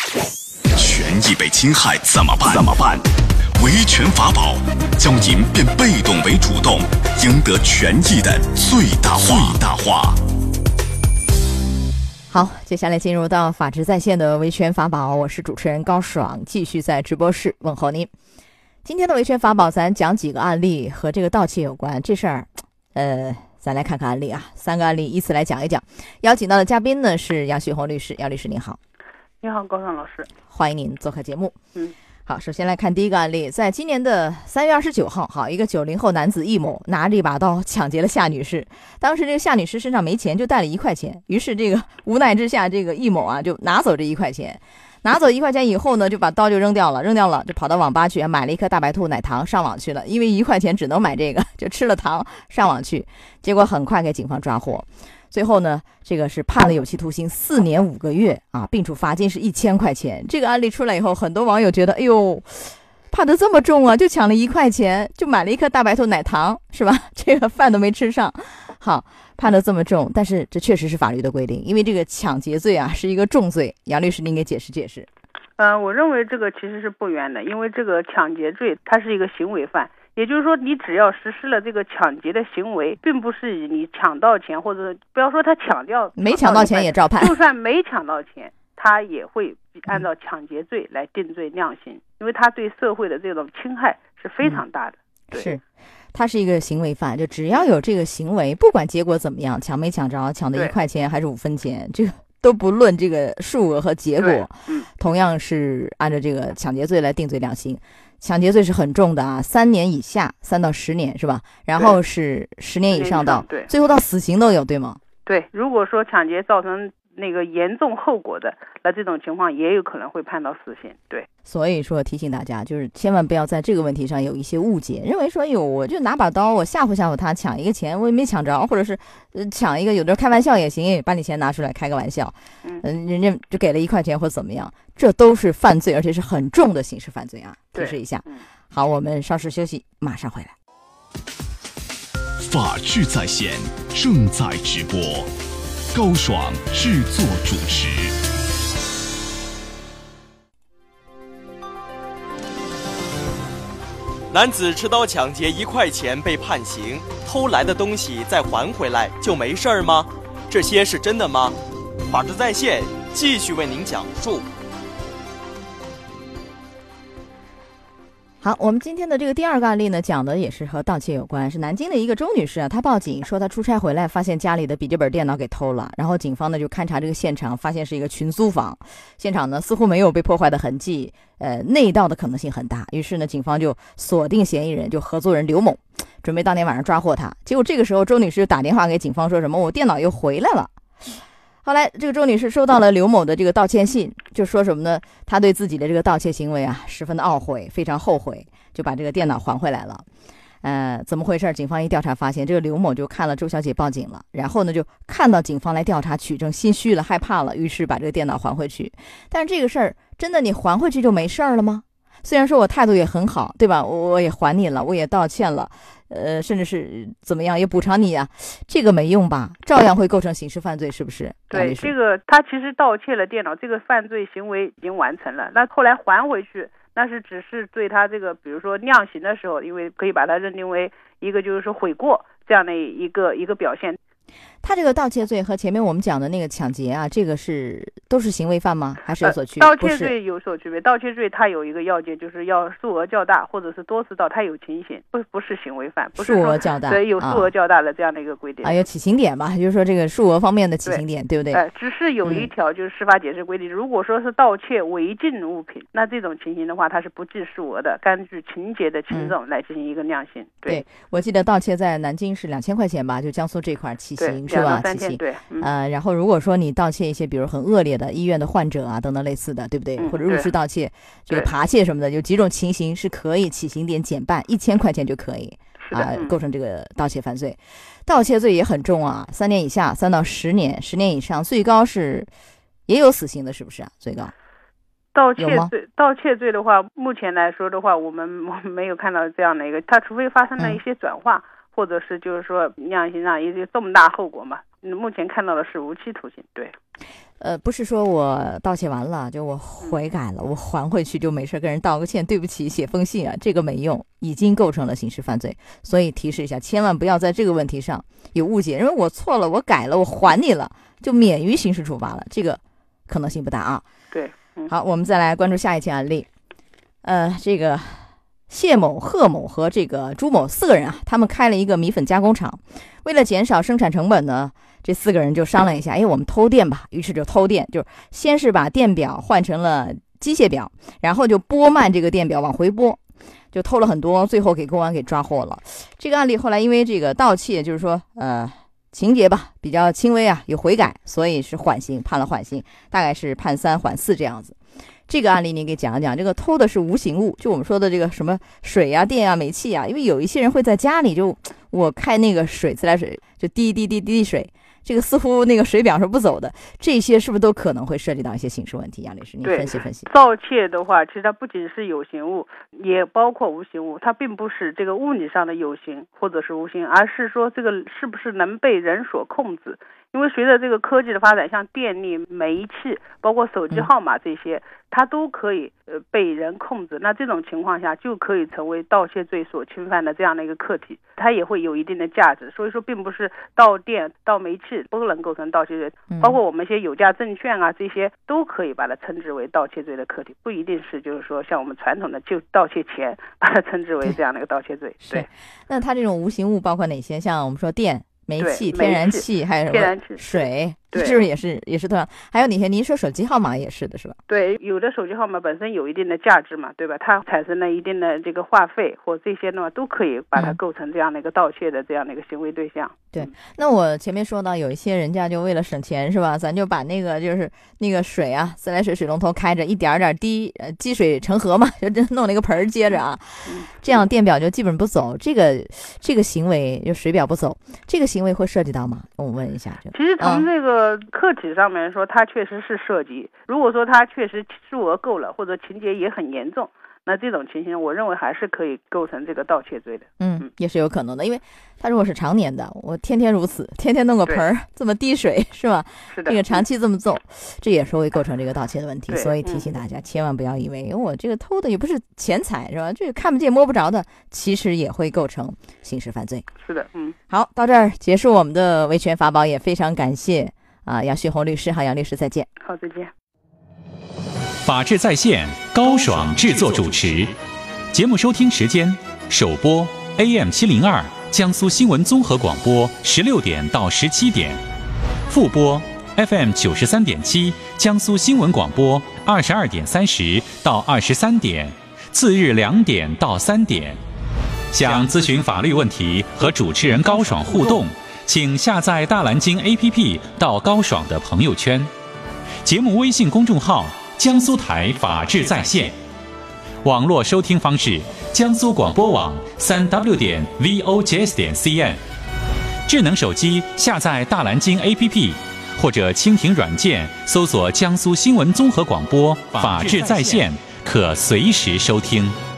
权益被侵害怎么办？维权法宝将您变被动为主动，赢得权益的最大化。 好，接下来进入到法治在线的维权法宝，我是主持人高爽，继续在直播室问候您。今天的维权法宝，咱讲几个案例和这个盗窃有关。这事儿，咱来看看案例啊，3个案例依次来讲一讲。邀请到的嘉宾呢是杨旭红律师，杨律师您好。 你好，高爽老师， 欢迎您做客节目。好，首先来看第一个案例，在今年的3月29号，好，一个90后男子易某拿着一把刀抢劫了夏女士。当时这个夏女士身上没钱，就带了1块钱，于是这个无奈之下，这个易某啊就拿走这1块钱。拿走1块钱以后呢，就把刀就扔掉了，就跑到网吧去买了一颗大白兔奶糖上网去了。因为1块钱只能买这个，就吃了糖上网去，结果很快给警方抓获。最后呢，这个是判了有期徒刑4年5个月啊，并处罚金是1000块钱。这个案例出来以后，很多网友觉得，哎呦，判得这么重啊，就抢了1块钱，就买了一颗大白兔奶糖，是吧？这个饭都没吃上。好，判得这么重，但是这确实是法律的规定，因为这个抢劫罪啊是一个重罪。杨律师，您给解释解释。 我认为这个其实是不冤的，因为这个抢劫罪它是一个行为犯。也就是说，你只要实施了这个抢劫的行为，并不是你抢到钱，或者不要说他没抢到钱也照判， 就算没抢到钱，他也会按照抢劫罪来定罪量刑，因为他对社会的这种侵害是非常大的。对， 是，他是一个行为犯，就只要有这个行为，不管结果怎么样，抢没抢着，抢的1块钱还是5分钱，这个都不论这个数额和结果，同样是按照这个抢劫罪来定罪量刑。抢劫罪是很重的啊，3年以下，3到10年是吧？然后是10年以上到，最后到死刑都有，对吗？ 对，如果说抢劫造成那个严重后果的，那这种情况也有可能会判到死刑。对， 所以说提醒大家，就是千万不要在这个问题上有一些误解，认为说，哎呦，我就拿把刀，我吓唬他，抢一个钱，我也没抢着，或者是抢一个，有的开玩笑也行，把你钱拿出来开个玩笑，人家就给了1块钱或怎么样，这都是犯罪，而且是很重的刑事犯罪啊，提示一下。好，我们稍事休息，马上回来。 法治在线正在直播，高爽制作主持。 男子持刀抢劫1块钱被判刑，偷来的东西再还回来就没事儿吗？这些是真的吗？法治在线继续为您讲述。 好，我们今天的这个第2个案例呢，讲的也是和盗窃有关，是南京的一个周女士啊，她报警说她出差回来，发现家里的笔记本电脑给偷了，然后警方呢就勘察这个现场，发现是一个群租房，现场呢似乎没有被破坏的痕迹，内盗的可能性很大，于是呢警方就锁定嫌疑人，就合作人刘某，准备当天晚上抓获他。结果这个时候周女士打电话给警方说什么，我电脑又回来了。后来这个周女士收到了刘某的这个道歉信，就说什么呢？她对自己的这个盗窃行为啊十分的懊悔，非常后悔，就把这个电脑还回来了。怎么回事？警方一调查发现，这个刘某就看了周小姐报警了，然后呢就看到警方来调查取证，心虚了，害怕了，于是把这个电脑还回去。但是这个事儿真的你还回去就没事儿了吗？虽然说我态度也很好，对吧？我也还你了，我也道歉了，甚至是怎么样也补偿你啊，这个没用吧？照样会构成刑事犯罪，是不是？ 对，这个他其实盗窃了电脑，这个犯罪行为已经完成了，那后来还回去，那是只是对他这个，比如说量刑的时候，因为可以把它认定为一个就是说悔过这样的一个表现。 他这个盗窃罪和前面我们讲的那个抢劫啊，这个都是行为犯吗？还是有所区别？ 盗窃罪有所区别。盗窃罪它有一个要件，就是要数额较大，或者是多次盗，它有情形，不是行为犯，不是数额较大， 对，有数额较大的这样的一个规定。 有起刑点吧，就是说这个数额方面的起刑点，对不对？ 只是有一条就是司法解释规定，如果说是盗窃违禁物品，那这种情形的话，它是不计数额的，根据情节的轻重来进行一个量刑。 对，我记得盗窃在南京是2000块钱吧，就江苏这块起刑是吧？起刑。 对， 然后如果说你盗窃一些比如很恶劣的医院的患者啊等等类似的，对不对？或者入室盗窃这个扒窃什么的，有几种情形是可以起刑点减半，1000块钱就可以构成这个盗窃犯罪。盗窃罪也很重啊，3年以下3到10年，10年以上，最高是也有死刑的，是不是啊？最高盗窃罪的话，目前来说的话，我们没有看到这样的一个，它除非发生了一些转化， 或者是就是说量刑上也有这么大后果嘛。目前看到的是无期徒刑。对， 不是说我道歉完了就我悔改了，我还回去就没事跟人道个歉，对不起，写封信啊，这个没用，已经构成了刑事犯罪。所以提示一下，千万不要在这个问题上有误解，因为我错了，我改了，我还你了，就免于刑事处罚了，这个可能性不大啊。 对， 好，我们再来关注下一起案例。这个谢某、贺某和这个朱某4个人啊，他们开了一个米粉加工厂。为了减少生产成本呢，这4个人就商量一下，我们偷电吧。于是就偷电，就先是把电表换成了机械表，然后就拨慢这个电表往回拨，就偷了很多，最后给公安给抓获了。这个案例后来因为这个盗窃，就是说情节吧比较轻微啊，有悔改，所以是缓刑，判了缓刑，大概是判3缓4这样子。这个案例你给讲一讲，这个偷的是无形物，就我们说的这个什么水啊、电啊、煤气啊，因为有一些人会在家里就我开那个水自来水就滴滴滴滴水，这个似乎那个水表是不走的，这些是不是都可能会涉及到一些刑事问题？杨律师，你分析分析。 盗窃的话，其实它不仅是有形物，也包括无形物，它并不是这个物理上的有形或者是无形，而是说这个是不是能被人所控制。因为随着这个科技的发展，像电力、煤气，包括手机号码这些，它都可以被人控制。那这种情况下，就可以成为盗窃罪所侵犯的这样的一个客体，它也会有一定的价值。所以说，并不是盗电、盗煤气都能构成盗窃罪，包括我们一些有价证券啊，这些都可以把它称之为盗窃罪的客体，不一定是就是说像我们传统的就盗窃钱把它称之为这样的一个盗窃罪。对， 那它这种无形物包括哪些？像我们说电、煤气、天然气，还有什么水，是不是也是同样？还有哪些？您说手机号码也是的，是吧？ 对，有的手机号码本身有一定的价值嘛，对吧？它产生了一定的这个话费或这些的话，都可以把它构成这样的一个盗窃的这样的一个行为对象。 对，那我前面说到有一些人家就为了省钱是吧，咱就把那个就是那个水啊，自来水水龙头开着，一点点滴积水成河嘛，就弄了一个盆接着啊，这样电表就基本不走。这个行为就水表不走，这个行为会涉及到吗？我问一下。 其实从这个客体上面说，它确实是涉及。如果说它确实数额够了，或者情节也很严重，那这种情形我认为还是可以构成这个盗窃罪的。 也是有可能的，因为他如果是常年的，我天天如此，天天弄个盆儿这么滴水是吧？ 是的， 这个长期这么做，这也是会构成这个盗窃的问题。所以提醒大家，千万不要以为我这个偷的也不是钱财是吧？这个看不见摸不着的，其实也会构成刑事犯罪。 是的， 好，到这儿结束我们的维权法宝，也非常感谢杨旭红律师，杨律师再见。 好，再见。 法治在线，高爽制作主持。节目收听时间：首播 AM702 江苏新闻综合广播16点到17点，复播 FM93.7 江苏新闻广播22点30到23点，次日2点到3点。想咨询法律问题和主持人高爽互动，请下载大蓝鲸 APP 到高爽的朋友圈。节目微信公众号江苏台法治在线，网络收听方式江苏广播网3w.vojs.cn， 智能手机下载大蓝鲸 APP 或者蜻蜓软件搜索江苏新闻综合广播法治在线，可随时收听。